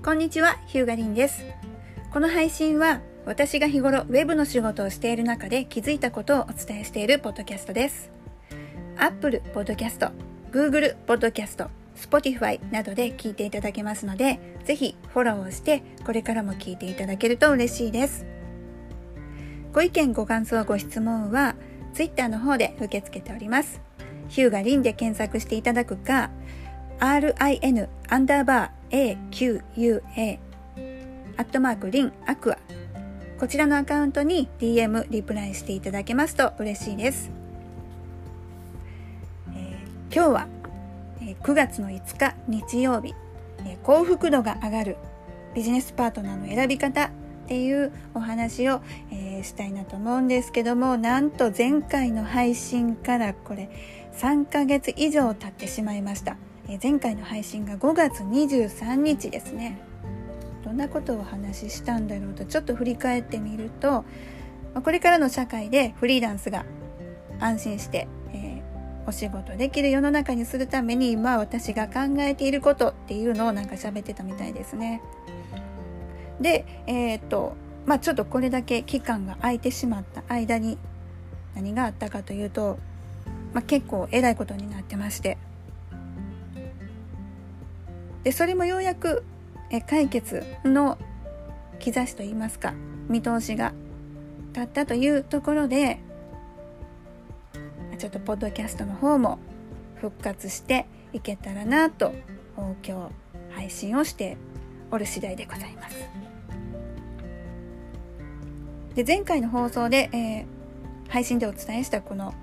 こんにちは、ヒューガリンです。この配信は私が日頃ウェブの仕事をしている中で気づいたことをお伝えしているポッドキャストです。Apple Podcast、Google Podcast、Spotify などで聞いていただけますので、ぜひフォローをしてこれからも聞いていただけると嬉しいです。ご意見、ご感想、ご質問は Twitter の方で受け付けております。ヒューガリンで検索していただくか、RIN_AQUA @RINアクア、こちらのアカウントに DM リプライしていただけますと嬉しいです。今日は9月の5日日曜日、幸福度が上がるビジネスパートナーの選び方っていうお話を、したいなと思うんですけども、なんと前回の配信からこれ3ヶ月以上経ってしまいました。前回の配信が5月23日ですね。どんなことをお話ししたんだろうとちょっと振り返ってみると、これからの社会でフリーランスが安心して、お仕事できる世の中にするために今私が考えていることっていうのをなんか喋ってたみたいですね。で、ちょっとこれだけ期間が空いてしまった間に何があったかというと、結構えらいことになってまして、でそれもようやく解決の兆しといいますか、見通しが立ったというところで、ちょっとポッドキャストの方も復活していけたらなと今日配信をしておる次第でございます。で前回の放送で、配信でお伝えしたこの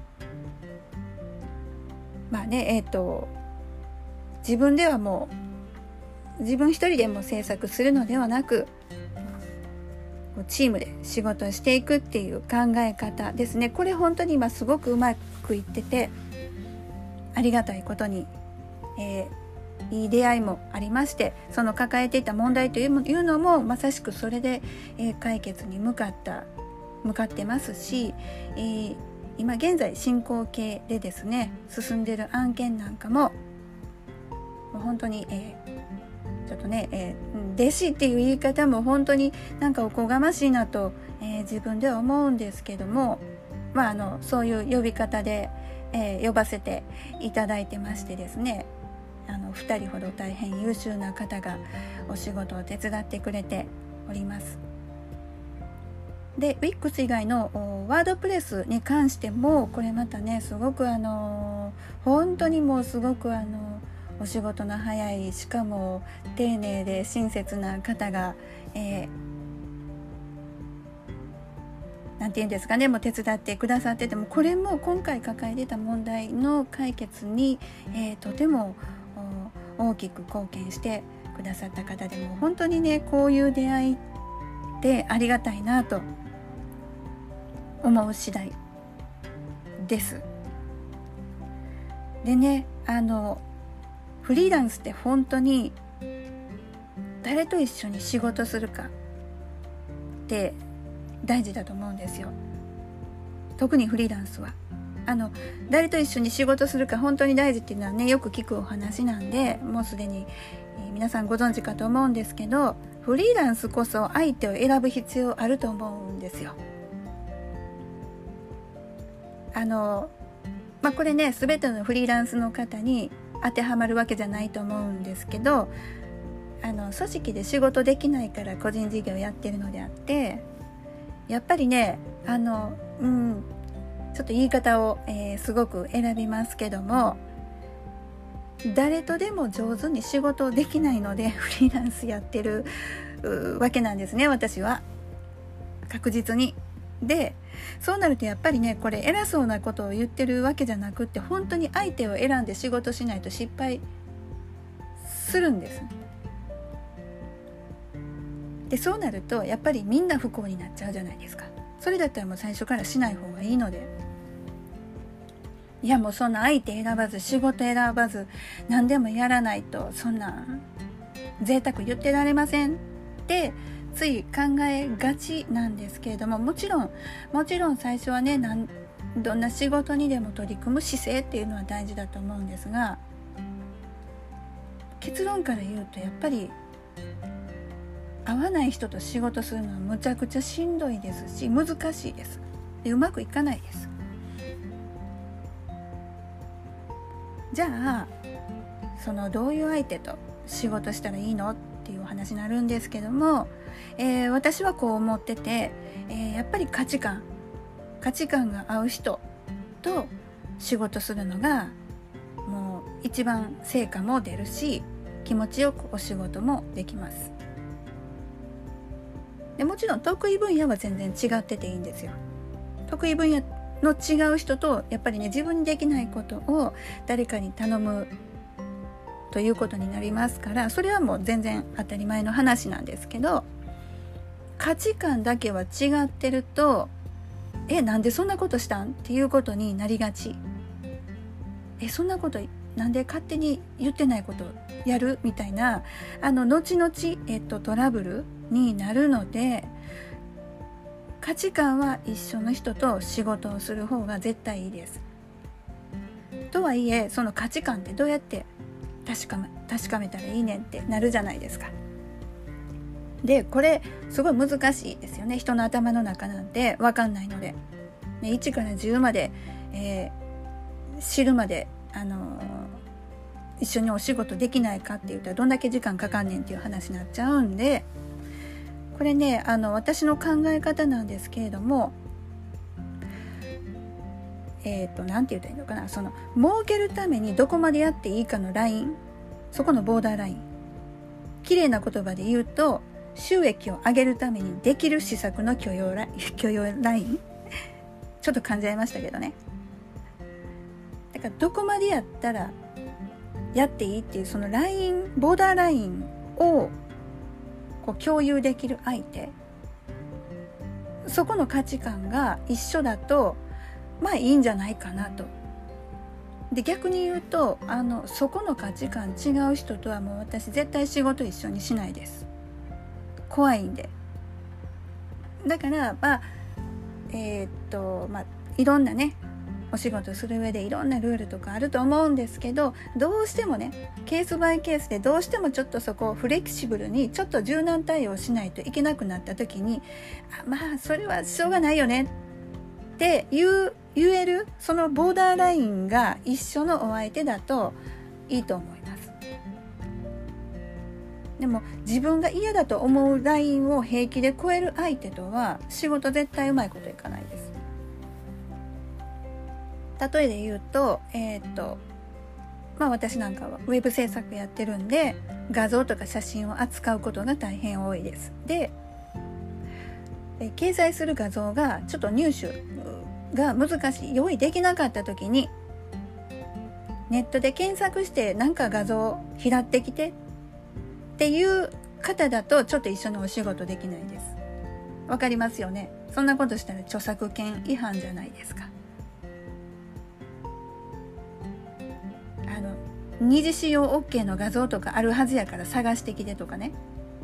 自分ではもう自分一人でも制作するのではなく、チームで仕事をしていくっていう考え方ですね。これ本当に今すごくうまくいってて、ありがたいことに、いい出会いもありまして、その抱えていた問題というのもまさしくそれで、解決に向かってますし、今現在進行形でですね進んでいる案件なんかも本当に、ちょっとね、弟子っていう言い方も本当になんかおこがましいなと、自分では思うんですけども、そういう呼び方で、呼ばせていただいてましてですね、2人ほど大変優秀な方がお仕事を手伝ってくれております。で Wix 以外のワードプレスに関してもこれまたねすごく本当にもうすごくお仕事の早い、しかも丁寧で親切な方が、なんていうんですかね、もう手伝ってくださってても、これも今回抱えてた問題の解決に、とても大きく貢献してくださった方で、も本当にねこういう出会いってありがたいなと思う次第です。でね、フリーランスって本当に誰と一緒に仕事するかって大事だと思うんですよ。特にフリーランスは誰と一緒に仕事するか本当に大事っていうのはねよく聞くお話なんで、もうすでに皆さんご存知かと思うんですけど、フリーランスこそ相手を選ぶ必要あると思うんですよ。これね全てのフリーランスの方に当てはまるわけじゃないと思うんですけど、組織で仕事できないから個人事業やってるのであって、やっぱりねちょっと言い方を、すごく選びますけども、誰とでも上手に仕事できないのでフリーランスやってるわけなんですね、私は確実に。でそうなるとやっぱりね、これ偉そうなことを言ってるわけじゃなくって、本当に相手を選んで仕事しないと失敗するんです。でそうなるとやっぱりみんな不幸になっちゃうじゃないですか。それだったらもう最初からしない方がいいので、いやもうそんな相手選ばず仕事選ばず何でもやらないと、そんな贅沢言ってられませんってつい考えがちなんですけれども、もちろん最初はねどんな仕事にでも取り組む姿勢っていうのは大事だと思うんですが、結論から言うとやっぱり合わない人と仕事するのはむちゃくちゃしんどいですし、難しいです。でうまくいかないです。じゃあそのどういう相手と仕事したらいいのっていうお話になるんですけども、私はこう思ってて、やっぱり価値観が合う人と仕事するのがもう一番成果も出るし、気持ちよくお仕事もできます。でもちろん得意分野は全然違ってていいんですよ。得意分野の違う人とやっぱりね、自分にできないことを誰かに頼むということになりますから、それはもう全然当たり前の話なんですけど、価値観だけは違ってると、なんでそんなことしたんっていうことになりがち。そんなことなんで勝手に言ってないことやるみたいな、後々、トラブルになるので、価値観は一緒の人と仕事をする方が絶対いいです。とはいえ、その価値観ってどうやって確かめたらいいねんってなるじゃないですか。でこれすごい難しいですよね。人の頭の中なんて分かんないので、1から10まで、知るまで、一緒にお仕事できないかって言ったらどんだけ時間かかんねんっていう話になっちゃうんで、これね、私の考え方なんですけれども、なんて言ったらいいのかな、その儲けるためにどこまでやっていいかのライン、そこのボーダーライン、綺麗な言葉で言うと、収益を上げるためにできる施策の許容ラインちょっと噛んじゃいましたけどね。だからどこまでやったらやっていいっていう、そのライン、ボーダーラインをこう共有できる相手、そこの価値観が一緒だとまあいいんじゃないかなと。で逆に言うと、そこの価値観違う人とはもう私絶対仕事一緒にしないです。怖いんで。だからいろんなね、お仕事する上でいろんなルールとかあると思うんですけど、どうしてもね、ケースバイケースでどうしてもちょっとそこをフレキシブルにちょっと柔軟対応しないといけなくなった時に、それはしょうがないよねって言える、そのボーダーラインが一緒のお相手だといいと思います。でも自分が嫌だと思うラインを平気で超える相手とは仕事絶対うまいこといかないです。例えで言うと、私なんかはウェブ制作やってるんで、画像とか写真を扱うことが大変多いです。で、掲載する画像がちょっと入手が難しい、用意できなかった時に、ネットで検索してなんか画像拾ってきてっていう方だとちょっと一緒にお仕事できないです。わかりますよね。そんなことしたら著作権違反じゃないですか。二次使用 OK の画像とかあるはずやから探してきてとかね。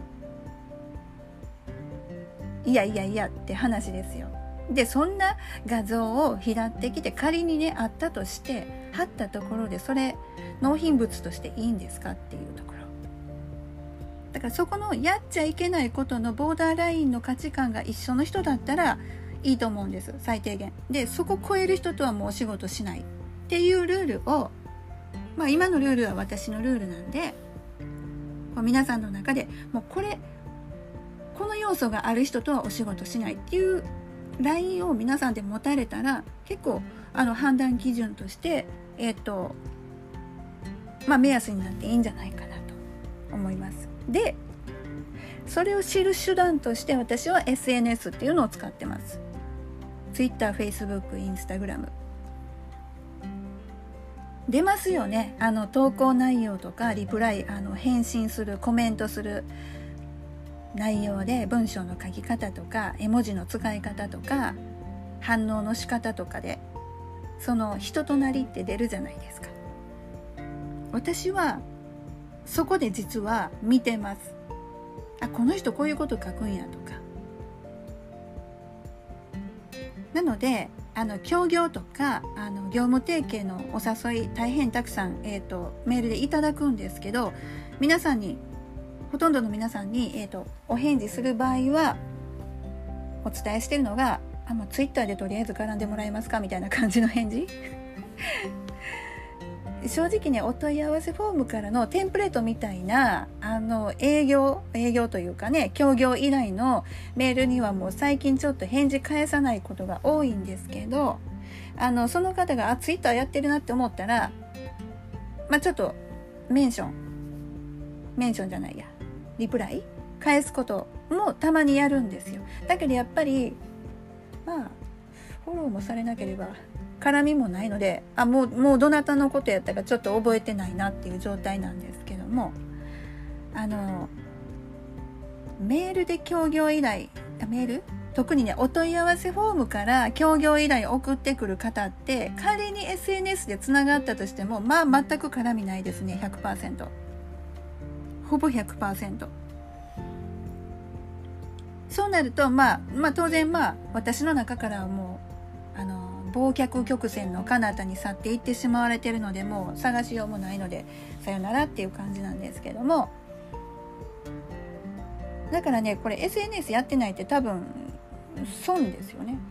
いやって話ですよ。でそんな画像を拾ってきて、仮にねあったとして貼ったところでそれ納品物としていいんですかっていうところだから、そこのやっちゃいけないことのボーダーラインの価値観が一緒の人だったらいいと思うんです。最低限で、そこ超える人とはもうお仕事しないっていうルールを、今のルールは私のルールなんで、皆さんの中でもうこの要素がある人とはお仕事しないっていうラインを皆さんで持たれたら、結構判断基準として目安になっていいんじゃないかなと思います。でそれを知る手段として私は SNS っていうのを使ってます。 Twitter、Facebook、Instagram 出ますよね。投稿内容とかリプライ、返信する、コメントする内容で文章の書き方とか絵文字の使い方とか反応の仕方とかでその人となりって出るじゃないですか。私はそこで実は見てます。この人こういうこと書くんやとか。なので協業とか業務提携のお誘い大変たくさん、メールでいただくんですけど、皆さんにほとんどの皆さんに、お返事する場合はお伝えしてるのがツイッターでとりあえず絡んでもらえますかみたいな感じの返事正直ね、お問い合わせフォームからのテンプレートみたいな営業というかね、協業依頼のメールにはもう最近ちょっと返事返さないことが多いんですけど、その方がツイッターやってるなって思ったら、ちょっとメンションじゃないや、リプライ返すこともたまにやるんですよ。だけどやっぱりフォローもされなければ絡みもないので、もうどなたのことやったかちょっと覚えてないなっていう状態なんですけども、メールで協業依頼、特にね、お問い合わせフォームから協業依頼を送ってくる方って、仮に SNS でつながったとしても全く絡みないですね。 100%、 ほぼ 100%。 そうなると当然私の中からはもう忘却曲線の彼方に去っていってしまわれているので、もう探しようもないのでさよならっていう感じなんですけども、だからね、これ SNS やってないって多分損ですよね。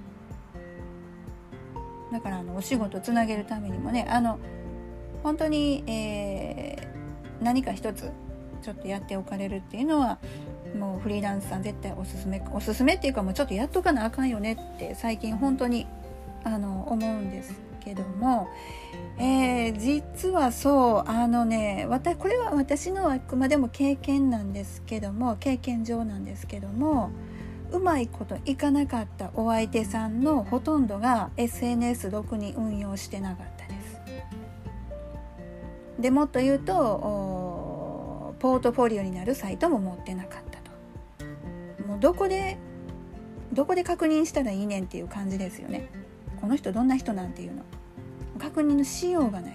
だからお仕事つなげるためにもね、本当に、何か一つちょっとやっておかれるっていうのは、もうフリーランスさん絶対おすすめっていうか、もうちょっとやっとかなあかんよねって最近本当に思うんですけども、実はそう、これは私のあくまでも経験なんですけども、経験上なんですけども、うまいこといかなかったお相手さんのほとんどが SNS ろくに運用してなかったです。でもっと言うと、ポートフォリオになるサイトも持ってなかったと。もうどこで確認したらいいねんっていう感じですよね。この人どんな人なんていうの確認のしようがない。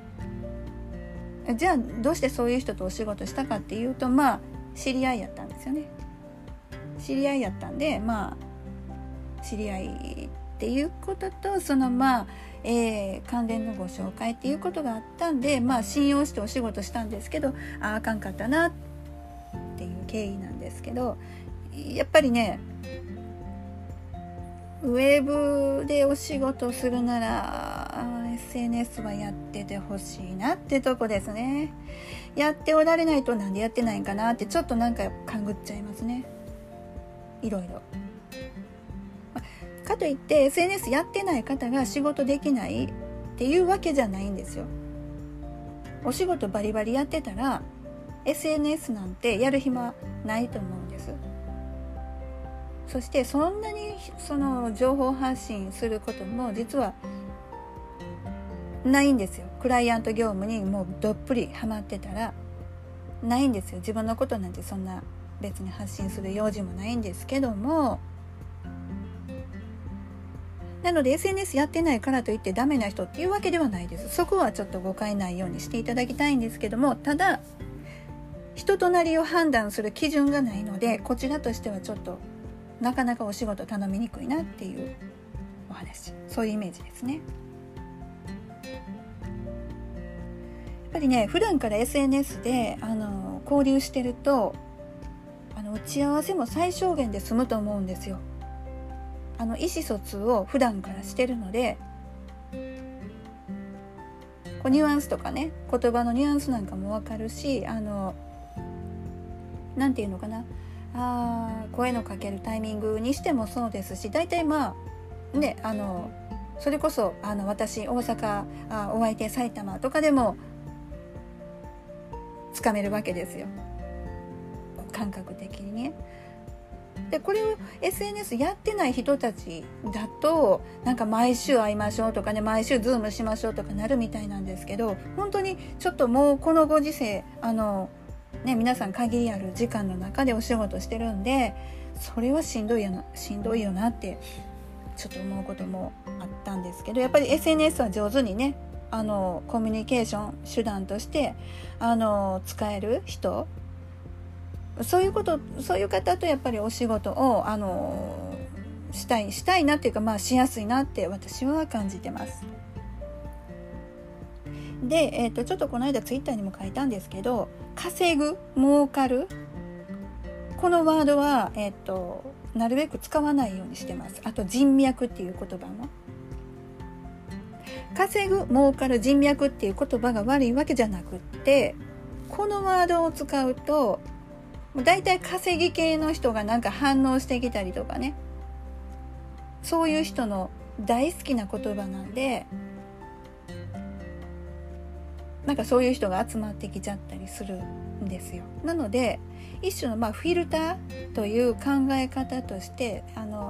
じゃあどうしてそういう人とお仕事したかっていうと、知り合いやったんですよね。知り合いやったんで、知り合いっていうことと、その関連のご紹介っていうことがあったんで、信用してお仕事したんですけど、あかんかったなっていう経緯なんですけど、やっぱりね、ウェブでお仕事するなら SNS はやっててほしいなってとこですね。やっておられないとなんでやってないんかなってちょっとなんか勘ぐっちゃいますね。いろいろかといって SNS やってない方が仕事できないっていうわけじゃないんですよ。お仕事バリバリやってたら SNS なんてやる暇ないと思うんです。そしてそんなにその情報発信することも実はないんですよ。クライアント業務にもうどっぷりハマってたらないんですよ。自分のことなんてそんな別に発信する用事もないんですけども、なので SNS やってないからといってダメな人っていうわけではないです。そこはちょっと誤解ないようにしていただきたいんですけども、ただ人となりを判断する基準がないので、こちらとしてはちょっとなかなかお仕事頼みにくいなっていうお話、そういうイメージですね。やっぱりね、普段から SNS で交流してると打ち合わせも最小限で済むと思うんですよ。意思疎通を普段からしてるので、ニュアンスとかね、言葉のニュアンスなんかも分かるし、なんていうのかな、声のかけるタイミングにしてもそうですし、大体ね、それこそ私大阪、お相手埼玉とかでもつかめるわけですよ、感覚的にね。でこれを SNS やってない人たちだとなんか毎週会いましょうとかね、毎週ズームしましょうとかなるみたいなんですけど、本当にちょっともうこのご時世皆さん限りある時間の中でお仕事してるんで、それはしんどいよなってちょっと思うこともあったんですけど、やっぱり SNS は上手にねコミュニケーション手段として使える人、そういう方とやっぱりお仕事をしたいなっていうか、しやすいなって私は感じてます。で、ちょっとこの間ツイッターにも書いたんですけど、稼ぐ、儲かるこのワードは、なるべく使わないようにしてます。あと人脈っていう言葉も、稼ぐ儲かる人脈っていう言葉が悪いわけじゃなくって、このワードを使うとだいたい稼ぎ系の人がなんか反応してきたりとかね、そういう人の大好きな言葉なんで、なんかそういう人が集まってきちゃったりするんですよ。なので一種のフィルターという考え方として、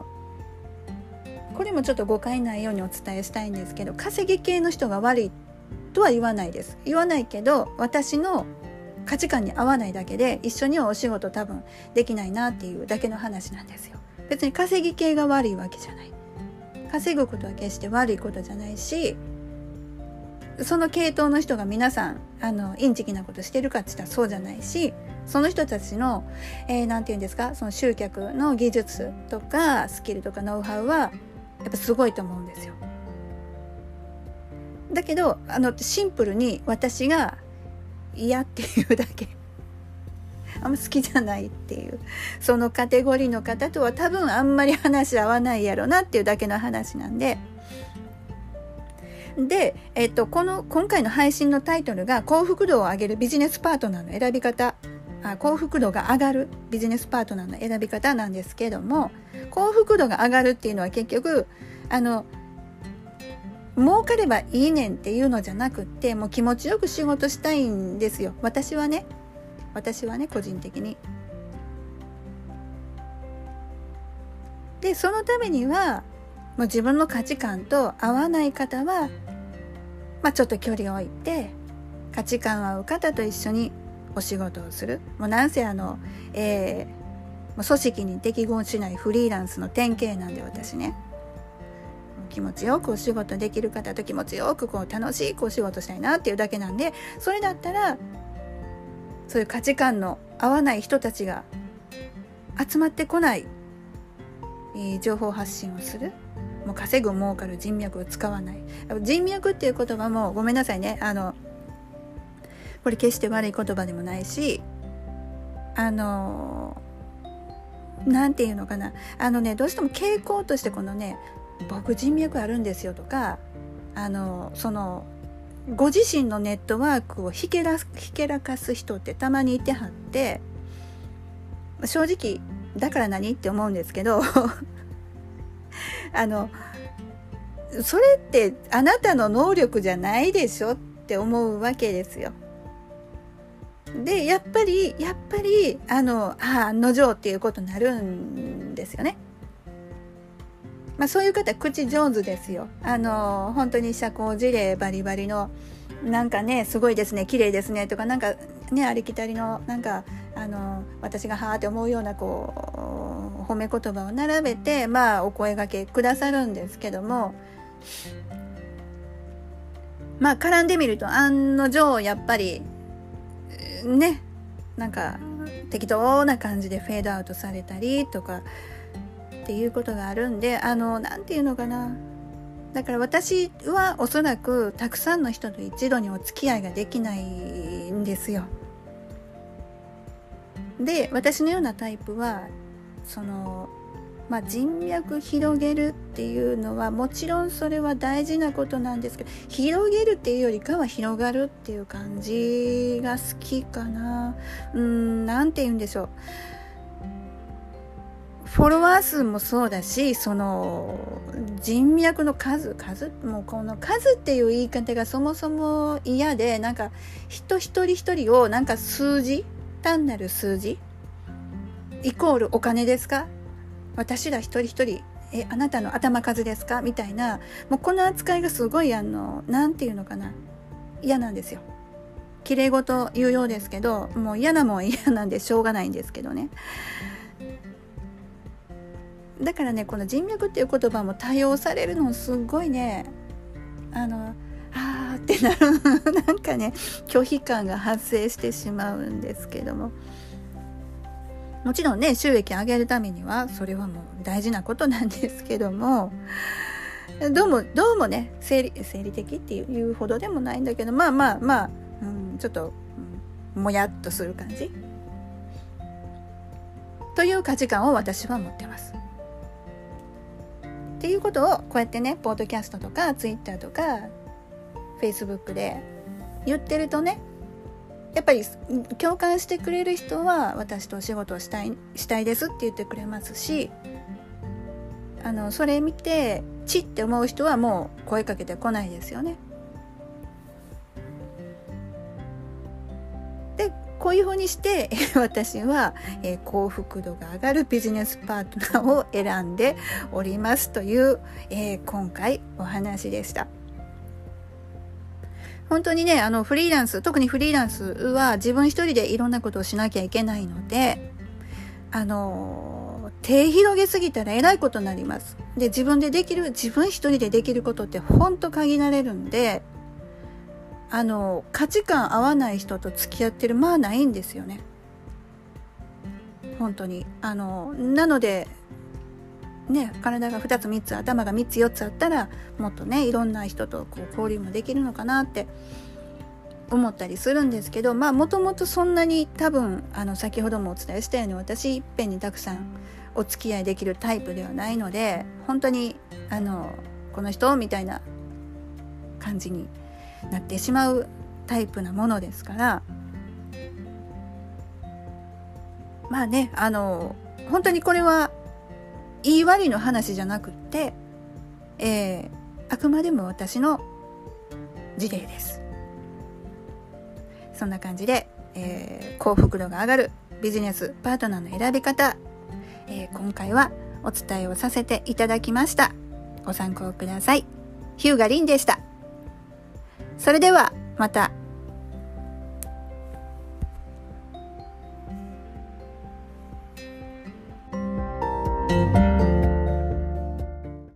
これもちょっと誤解ないようにお伝えしたいんですけど、稼ぎ系の人が悪いとは言わないです。言わないけど、私の価値観に合わないだけで一緒にはお仕事多分できないなっていうだけの話なんですよ。別に稼ぎ系が悪いわけじゃない。稼ぐことは決して悪いことじゃないし、その系統の人が皆さんインチキなことしてるかって言ったらそうじゃないし、その人たちの、なんていうんですか、その集客の技術とかスキルとかノウハウはやっぱすごいと思うんですよ。だけどシンプルに私が嫌っていうだけあんま好きじゃないっていう、そのカテゴリーの方とは多分あんまり話合わないやろなっていうだけの話なんで、今回の配信のタイトルが幸福度を上げるビジネスパートナーの選び方、幸福度が上がるビジネスパートナーの選び方なんですけども、幸福度が上がるっていうのは結局儲かればいいねんっていうのじゃなくって、もう気持ちよく仕事したいんですよ。私はね個人的に。でそのためにはもう自分の価値観と合わない方は、ちょっと距離を置いて、価値観合う方と一緒にお仕事をする。もうなんせもう組織に適合しないフリーランスの典型なんで、私ね、気持ちよくお仕事できる方と気持ちよく楽しくお仕事したいなっていうだけなんで、それだったらそういう価値観の合わない人たちが集まってこない、情報発信をする。もう稼ぐ儲かる人脈を使わない。人脈っていう言葉もごめんなさいね、これ決して悪い言葉でもないし、なんていうのかな、どうしても傾向としてこのね、僕人脈あるんですよとか、そのご自身のネットワークをひけらかす人ってたまにいてはって、正直だから何って思うんですけどそれってあなたの能力じゃないでしょって思うわけですよ。でやっぱり案の定っていうことになるんですよね。そういう方口上手ですよ。本当に社交辞令バリバリの、なんかね、すごいですね、綺麗ですねとか、なんかね、ありきたりのなんか私がはーって思うような褒め言葉を並べて、お声掛けくださるんですけども、絡んでみると案の定やっぱりね、なんか適当な感じでフェードアウトされたりとかっていうことがあるんで、なんていうのかな、だから私はおそらくたくさんの人と一度にお付き合いができないんですよ。で私のようなタイプは人脈広げるっていうのはもちろんそれは大事なことなんですけど、広げるっていうよりかは広がるっていう感じが好きかな。なんて言うんでしょう、フォロワー数もそうだし、その人脈の数もうこの数っていう言い方がそもそも嫌で、なんか人一人一人をなんか単なる数字イコールお金ですか、私ら一人一人あなたの頭数ですかみたいな、もうこの扱いがすごいなんていうのかな、嫌なんですよ。綺麗事言うようですけど、もう嫌なもんは嫌なんでしょうがないんですけどね。だからね、この人脈っていう言葉も多用されるのすごいね、ってなるなんかね、拒否感が発生してしまうんですけども、もちろんね、収益上げるためにはそれはもう大事なことなんですけども、どうもね、生理的っていうほどでもないんだけど、ちょっと、もやっとする感じ。 という価値観を私は持ってます。っていうことをこうやってね、ポッドキャストとかツイッターとかフェイスブックで言ってるとね、やっぱり共感してくれる人は私とお仕事をしたいですって言ってくれますし、それ見てチって思う人はもう声かけてこないですよね。でこういうふうにして私は幸福度が上がるビジネスパートナーを選んでおりますという、今回お話でした。本当にね、フリーランス、特にフリーランスは自分一人でいろんなことをしなきゃいけないので、手広げすぎたらえらいことになります。で、自分一人でできることって本当限られるんで、価値観合わない人と付き合ってるないんですよね。本当に。なので、ね、体が2つ3つ、頭が3つ4つあったら、もっとね、いろんな人と交流もできるのかなって思ったりするんですけど、もともとそんなに多分、先ほどもお伝えしたように、私いっぺんにたくさんお付き合いできるタイプではないので、本当に、この人みたいな感じになってしまうタイプなものですから、本当にこれは言い悪いの話じゃなくって、あくまでも私の事例です。そんな感じで、幸福度が上がるビジネスパートナーの選び方、今回はお伝えをさせていただきました。ご参考ください。日向凛でした。それではまた。